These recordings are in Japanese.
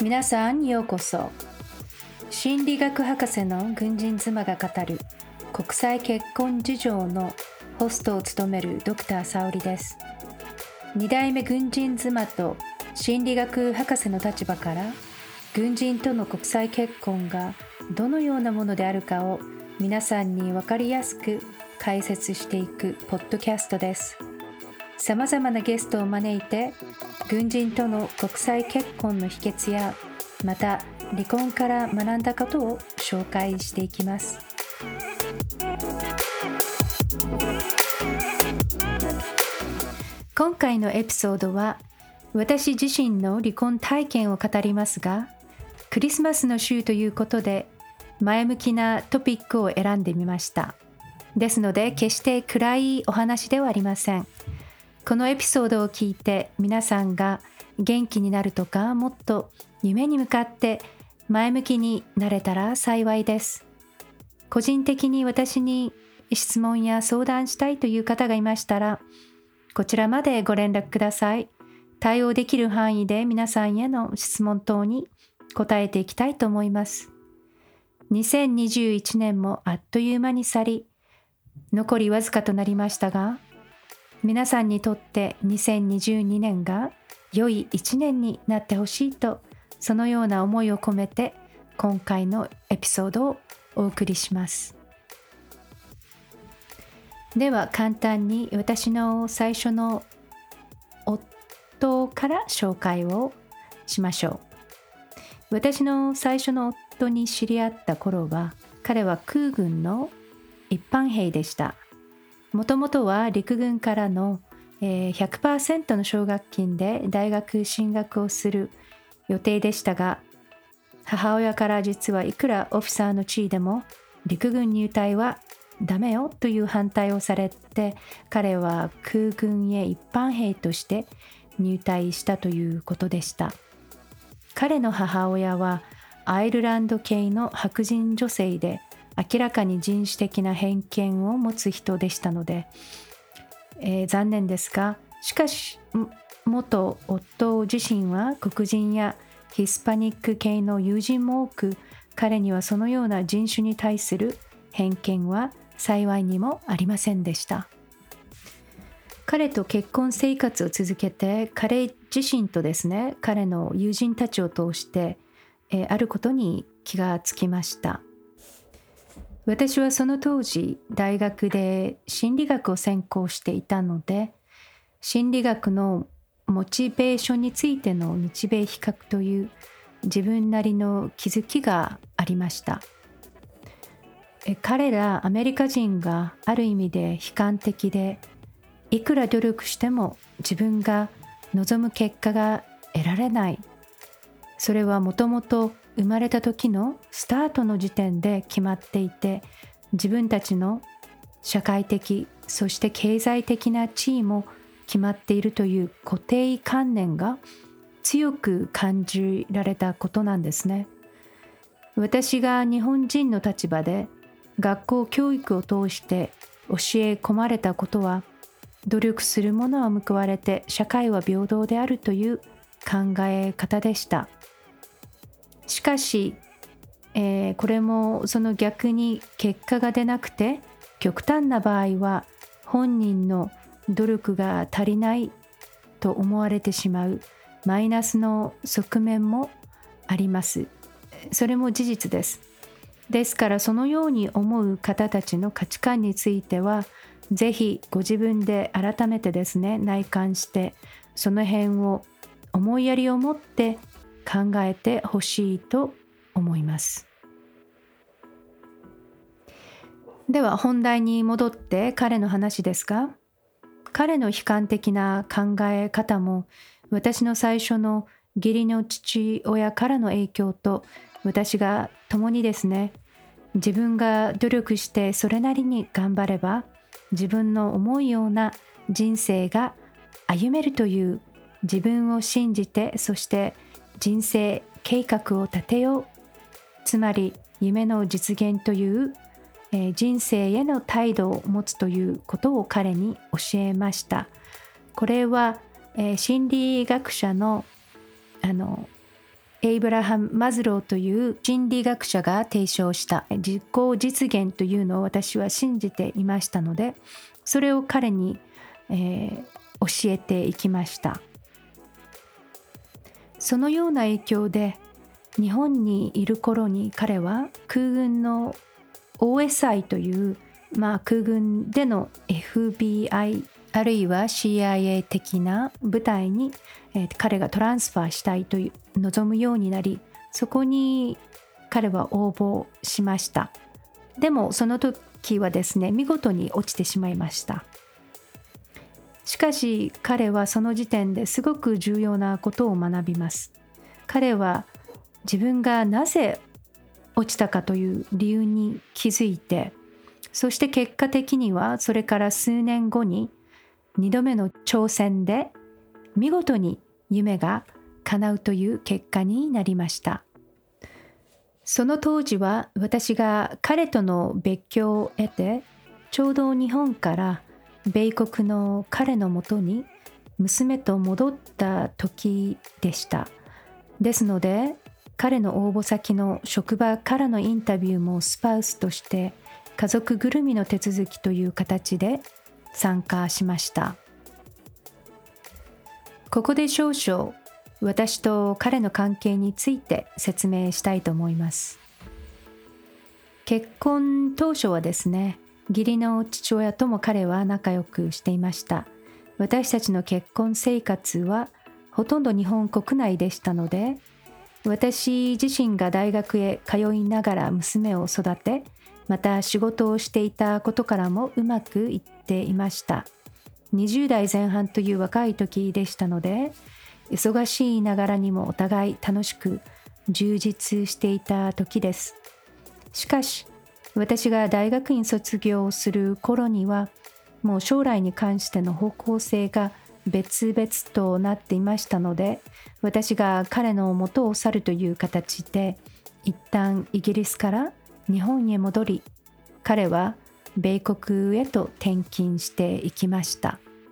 皆さんようこそ。心理学博士の軍人妻が語る国際結婚事情のホストを務めるドクター沙織です。2代目軍人妻と心理学博士の立場から軍人との国際結婚がどのようなものであるかを皆さんに分かりやすく解説していくポッドキャストです。さまざまなゲストを招いて軍人との国際結婚の秘訣やまた離婚から学んだことを紹介していきます。今回のエピソードは私自身の離婚体験を語りますが、クリスマスの週ということで前向きなトピックを選んでみました。ですので決して暗いお話ではありません。このエピソードを聞いて皆さんが元気になるとか、もっと夢に向かって前向きになれたら幸いです。個人的に私に質問や相談したいという方がいましたら、こちらまでご連絡ください。対応できる範囲で皆さんへの質問等に答えていきたいと思います。2021年もあっという間に去り、残りわずかとなりましたが、皆さんにとって2022年が良い1年になってほしいと、そのような思いを込めて今回のエピソードをお送りします。では簡単に私の最初の夫から紹介をしましょう。私の最初の夫に知り合った頃は、彼は空軍の一般兵でした。もともとは陸軍からの 100% の奨学金で大学進学をする予定でしたが、母親から実はいくらオフィサーの地位でも陸軍入隊はダメよという反対をされて、彼は空軍へ一般兵として入隊したということでした。彼の母親はアイルランド系の白人女性で、明らかに人種的な偏見を持つ人でしたので、残念ですが、しかし元夫自身は黒人やヒスパニック系の友人も多く、彼にはそのような人種に対する偏見は幸いにもありませんでした。彼と結婚生活を続けて、彼自身とですね、彼の友人たちを通して、あることに気がつきました。私はその当時大学で心理学を専攻していたので、心理学のモチベーションについての日米比較という自分なりの気づきがありました。彼らアメリカ人がある意味で悲観的で、いくら努力しても自分が望む結果が得られない。それはもともと生まれた時のスタートの時点で決まっていて、自分たちの社会的そして経済的な地位も決まっているという固定観念が強く感じられたことなんですね。私が日本人の立場で学校教育を通して教え込まれたことは、努力する者は報われて社会は平等であるという考え方でした。しかし、これもその逆に結果が出なくて、極端な場合は本人の努力が足りないと思われてしまうマイナスの側面もあります。それも事実です。ですからそのように思う方たちの価値観については、ぜひご自分で改めてですね、内観して、その辺を思いやりを持って考えてほしいと思います。では本題に戻って彼の話ですが、彼の悲観的な考え方も私の最初の義理の父親からの影響と、私が共にですね、自分が努力してそれなりに頑張れば自分の思うような人生が歩めるという自分を信じて、そして人生計画を立てよう、つまり夢の実現という、人生への態度を持つということを彼に教えました。これは、心理学者のエイブラハム・マズローという心理学者が提唱した自己実現というのを私は信じていましたので、それを彼に、教えていきました。そのような影響で日本にいる頃に彼は空軍の OSI という、空軍での FBI あるいは CIA 的な部隊に、彼がトランスファーしたいと望むようになり、そこに彼は応募しました。でもその時はですね、見事に落ちてしまいました。しかし彼はその時点ですごく重要なことを学びます。彼は自分がなぜ落ちたかという理由に気づいて、そして結果的にはそれから数年後に2度目の挑戦で見事に夢が叶うという結果になりました。その当時は私が彼との別居を得て、ちょうど日本から米国の彼のもとに娘と戻った時でした。ですので、彼の応募先の職場からのインタビューもスパウスとして家族ぐるみの手続きという形で参加しました。ここで少々私と彼の関係について説明したいと思います。結婚当初はですね、義理の父親とも彼は仲良くしていました。私たちの結婚生活はほとんど日本国内でしたので、私自身が大学へ通いながら娘を育て、また仕事をしていたことからもうまくいっていました。20代前半という若い時でしたので、忙しいながらにもお互い楽しく充実していた時です。しかし、私が大学院卒業する頃には、もう将来に関しての方向性が別々となっていましたので、私が彼の元を去るという形で、一旦イギリスから日本へ戻り、彼は米国へと転勤していきました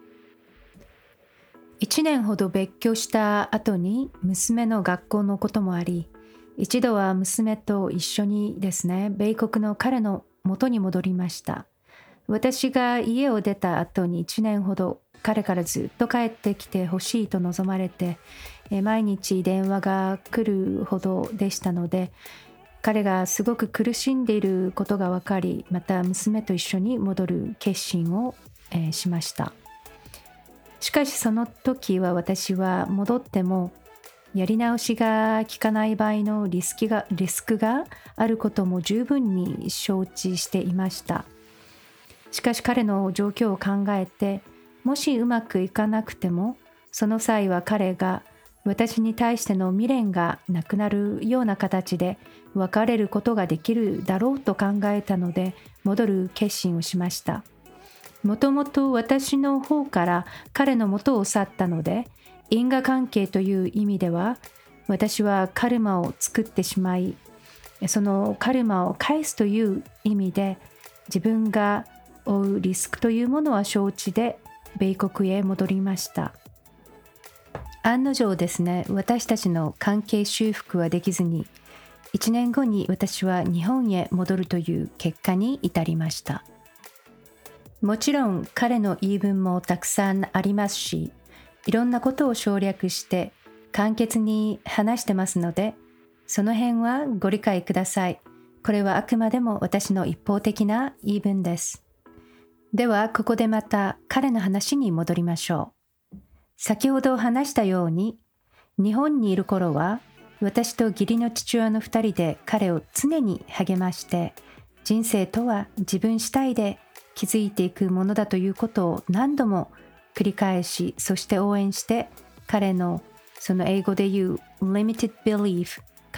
。1年ほど別居した後に娘の学校のこともあり、一度は娘と一緒にですね、米国の彼の元に戻りました。私が家を出た後に1年ほど彼からずっと帰ってきてほしいと望まれて、毎日電話が来るほどでしたので、彼がすごく苦しんでいることが分かり、また娘と一緒に戻る決心を、しました。しかしその時は私は戻ってもやり直しが効かない場合のリスクがあることも十分に承知していました。しかし彼の状況を考えて、もしうまくいかなくても、その際は彼が私に対しての未練がなくなるような形で別れることができるだろうと考えたので、戻る決心をしました。もともと私の方から彼の元を去ったので、因果関係という意味では、私はカルマを作ってしまい、そのカルマを返すという意味で、自分が負うリスクというものは承知で、米国へ戻りました。案の定ですね、私たちの関係修復はできずに、1年後に私は日本へ戻るという結果に至りました。もちろん彼の言い分もたくさんありますし、いろんなことを省略して簡潔に話してますので、その辺はご理解ください。これはあくまでも私の一方的な言い分です。では、ここでまた彼の話に戻りましょう。先ほど話したように、日本にいる頃は、私と義理の父親の2人で彼を常に励まして、人生とは自分主体で築いていくものだということを何度も繰り返し、そして応援して、彼のその英語で言う limited belief から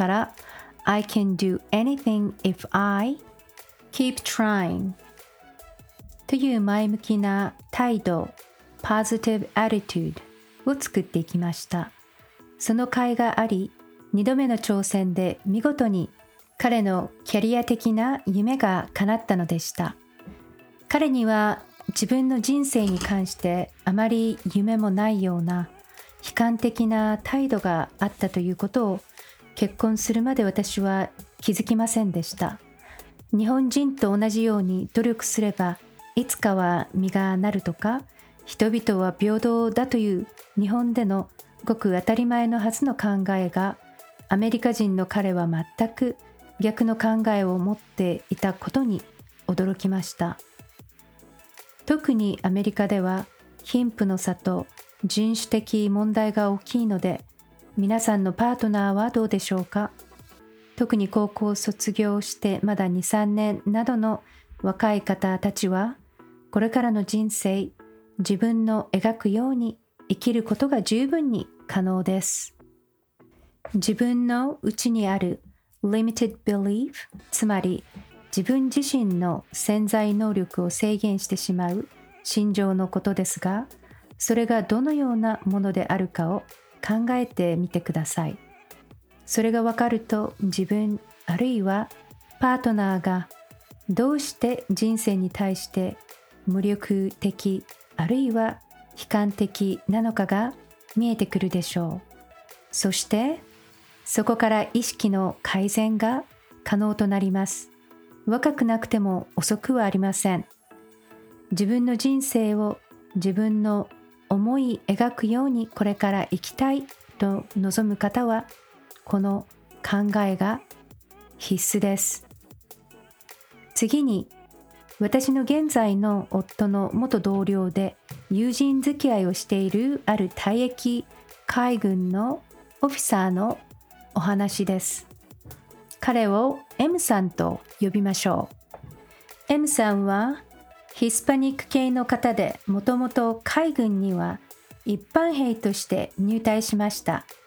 I can do anything if I keep trying という前向きな態度、positive attitude を作っていきました。その甲斐があり、2度目の挑戦で見事に彼のキャリア的な夢が叶ったのでした。彼には自分の人生に関してあまり夢もないような悲観的な態度があったということを結婚するまで私は気づきませんでした。日本人と同じように努力すればいつかは実がなるとか、人々は平等だという日本でのごく当たり前のはずの考えが、アメリカ人の彼は全く逆の考えを持っていたことに驚きました。特にアメリカでは貧富の差と人種的問題が大きいので、皆さんのパートナーはどうでしょうか。特に高校を卒業してまだ2、3年などの若い方たちは、これからの人生、自分の描くように生きることが十分に可能です。自分の内にある limited belief、つまり自分自身の潜在能力を制限してしまう心情のことですが、それがどのようなものであるかを考えてみてください。それがわかると、自分あるいはパートナーがどうして人生に対して無力的あるいは悲観的なのかが見えてくるでしょう。そしてそこから意識の改善が可能となります。若くなくても遅くはありません。自分の人生を自分の思い描くようにこれから生きたいと望む方は、この考えが必須です。次に、私の現在の夫の元同僚で友人付き合いをしているある退役海軍のオフィサーのお話です。彼を M さんと呼びましょう。M さんはヒスパニック系の方で、もともと海軍には一般兵として入隊しました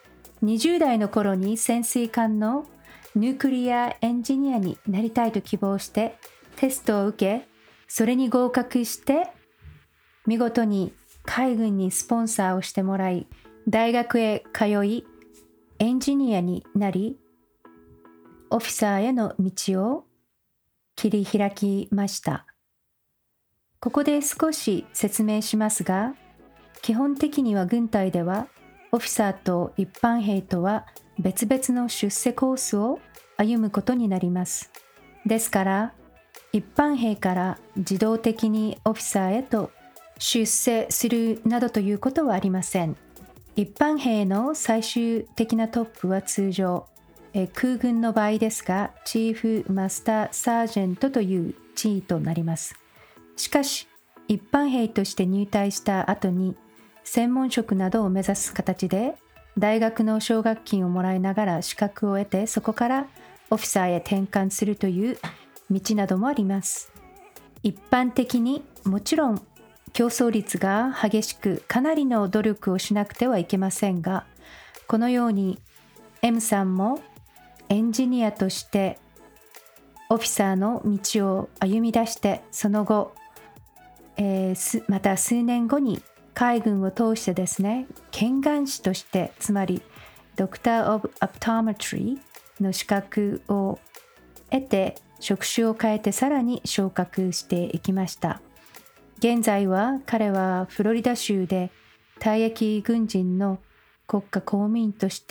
。20代の頃に潜水艦のニュークリアエンジニアになりたいと希望してテストを受け、それに合格して見事に海軍にスポンサーをしてもらい、大学へ通いエンジニアになり、オフィサーへの道を切り開きました。ここで少し説明しますが、基本的には軍隊ではオフィサーと一般兵とは別々の出世コースを歩むことになります。ですから一般兵から自動的にオフィサーへと出世するなどということはありません。一般兵の最終的なトップは通常、空軍の場合ですが、チーフマスターサージェントという地位となります。しかし、一般兵として入隊した後に、専門職などを目指す形で、大学の奨学金をもらいながら資格を得て、そこからオフィサーへ転換するという道などもあります。一般的にもちろん競争率が激しく、かなりの努力をしなくてはいけませんが、このように M さんもエンジニアとしてオフィサーの道を歩み出して、その後、また数年後に海軍を通してですね、検眼士として、つまりドクター・オブ・アプトメトリーの資格を得て、職種を変えてさらに昇格していきました。現在は彼はフロリダ州で退役軍人の国家公務員として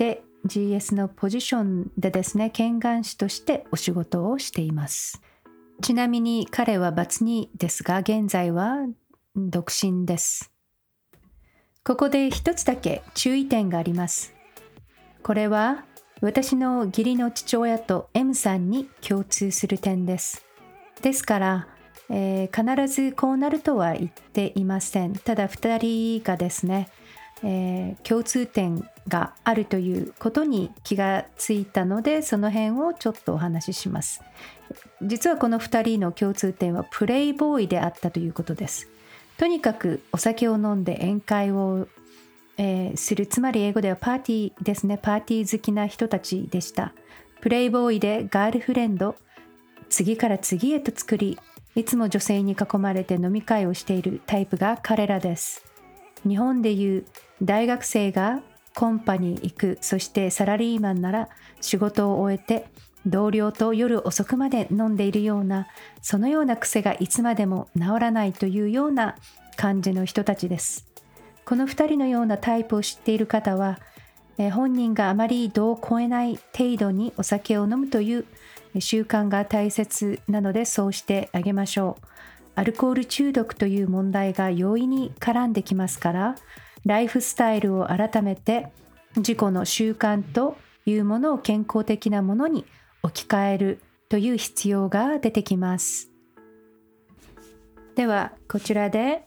GS のポジションでですね、検眼士としてお仕事をしています。ちなみに彼はバツ2ですが、現在は独身です。ここで一つだけ注意点があります。これは私の義理の父親と M さんに共通する点です。ですから、必ずこうなるとは言っていません。ただ2人がですね、共通点があるということに気がついたので、その辺をちょっとお話しします。実はこの2人の共通点はプレイボーイであったということです。とにかくお酒を飲んで宴会を、する、つまり英語ではパーティーですね。パーティー好きな人たちでした。プレイボーイでガールフレンド、次から次へと作り、いつも女性に囲まれて飲み会をしているタイプが彼らです。日本でいう大学生がコンパに行く、そしてサラリーマンなら仕事を終えて同僚と夜遅くまで飲んでいるような、そのような癖がいつまでも治らないというような感じの人たちです。この2人のようなタイプを知っている方は、 本人があまり度を超えない程度にお酒を飲むという習慣が大切なのでそうしてあげましょう。アルコール中毒という問題が容易に絡んできますから、ライフスタイルを改めて自己の習慣というものを健康的なものに置き換えるという必要が出てきます。ではこちらで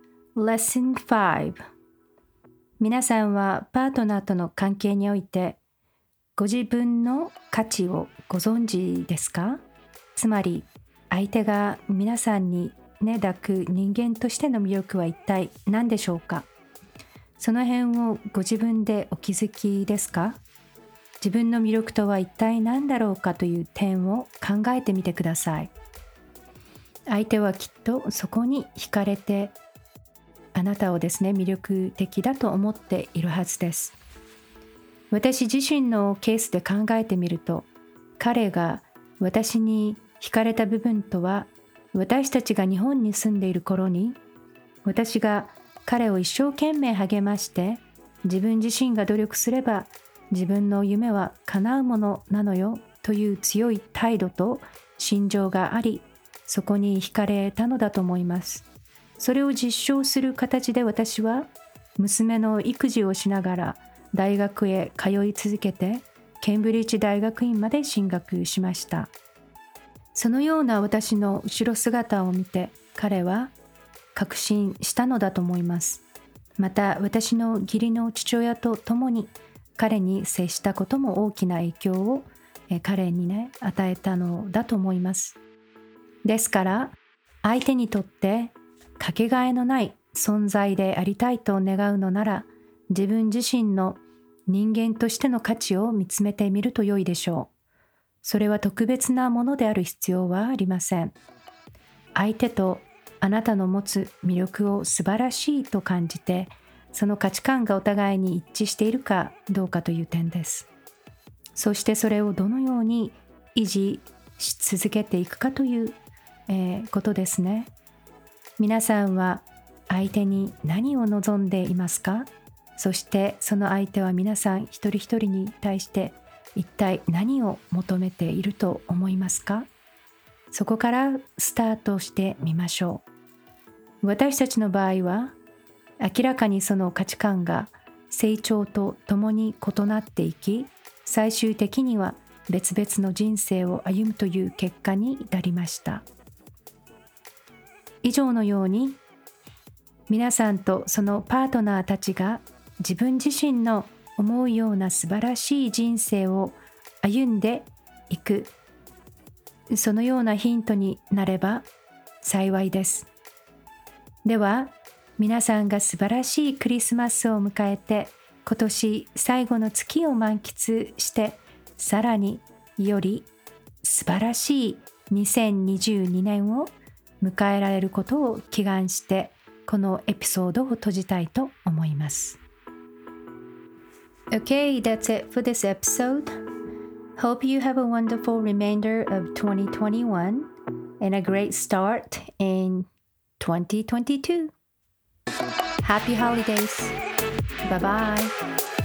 Lesson 5。皆さんはパートナーとの関係においてご自分の価値をご存知ですか？つまり相手が皆さんに抱く人間としての魅力は一体何でしょうか？その辺をご自分でお気づきですか？自分の魅力とは一体何だろうかという点を考えてみてください。相手はきっとそこに惹かれてあなたをですね、魅力的だと思っているはずです。私自身のケースで考えてみると、彼が私に惹かれた部分とは、私たちが日本に住んでいる頃に、私が彼を一生懸命励まして、自分自身が努力すれば自分の夢は叶うものなのよという強い態度と心情があり、そこに惹かれたのだと思います。それを実証する形で私は娘の育児をしながら大学へ通い続けてケンブリッジ大学院まで進学しました。そのような私の後ろ姿を見て彼は確信したのだと思います。また私の義理の父親と共に彼に接したことも大きな影響を彼に与えたのだと思います。ですから相手にとってかけがえのない存在でありたいと願うのなら、自分自身の人間としての価値を見つめてみると良いでしょう。それは特別なものである必要はありません。相手とあなたの持つ魅力を素晴らしいと感じて、その価値観がお互いに一致しているかどうかという点です。そしてそれをどのように維持し続けていくかという、ことですね。皆さんは相手に何を望んでいますか？そしてその相手は皆さん一人一人に対して一体何を求めていると思いますか？そこからスタートしてみましょう。私たちの場合は明らかにその価値観が成長とともに異なっていき、最終的には別々の人生を歩むという結果に至りました。以上のように皆さんとそのパートナーたちが自分自身の思うような素晴らしい人生を歩んでいく、そのようなヒントになれば幸いです。では皆さんが素晴らしいクリスマスを迎えて、今年最後の月を満喫して、さらにより素晴らしい2022年を迎えられることを祈願して、このエピソードを閉じたいと思います。Okay, that's it for this episode. Hope you have a wonderful remainder of 2021 and a great start in 2022. Happy holidays. Bye bye.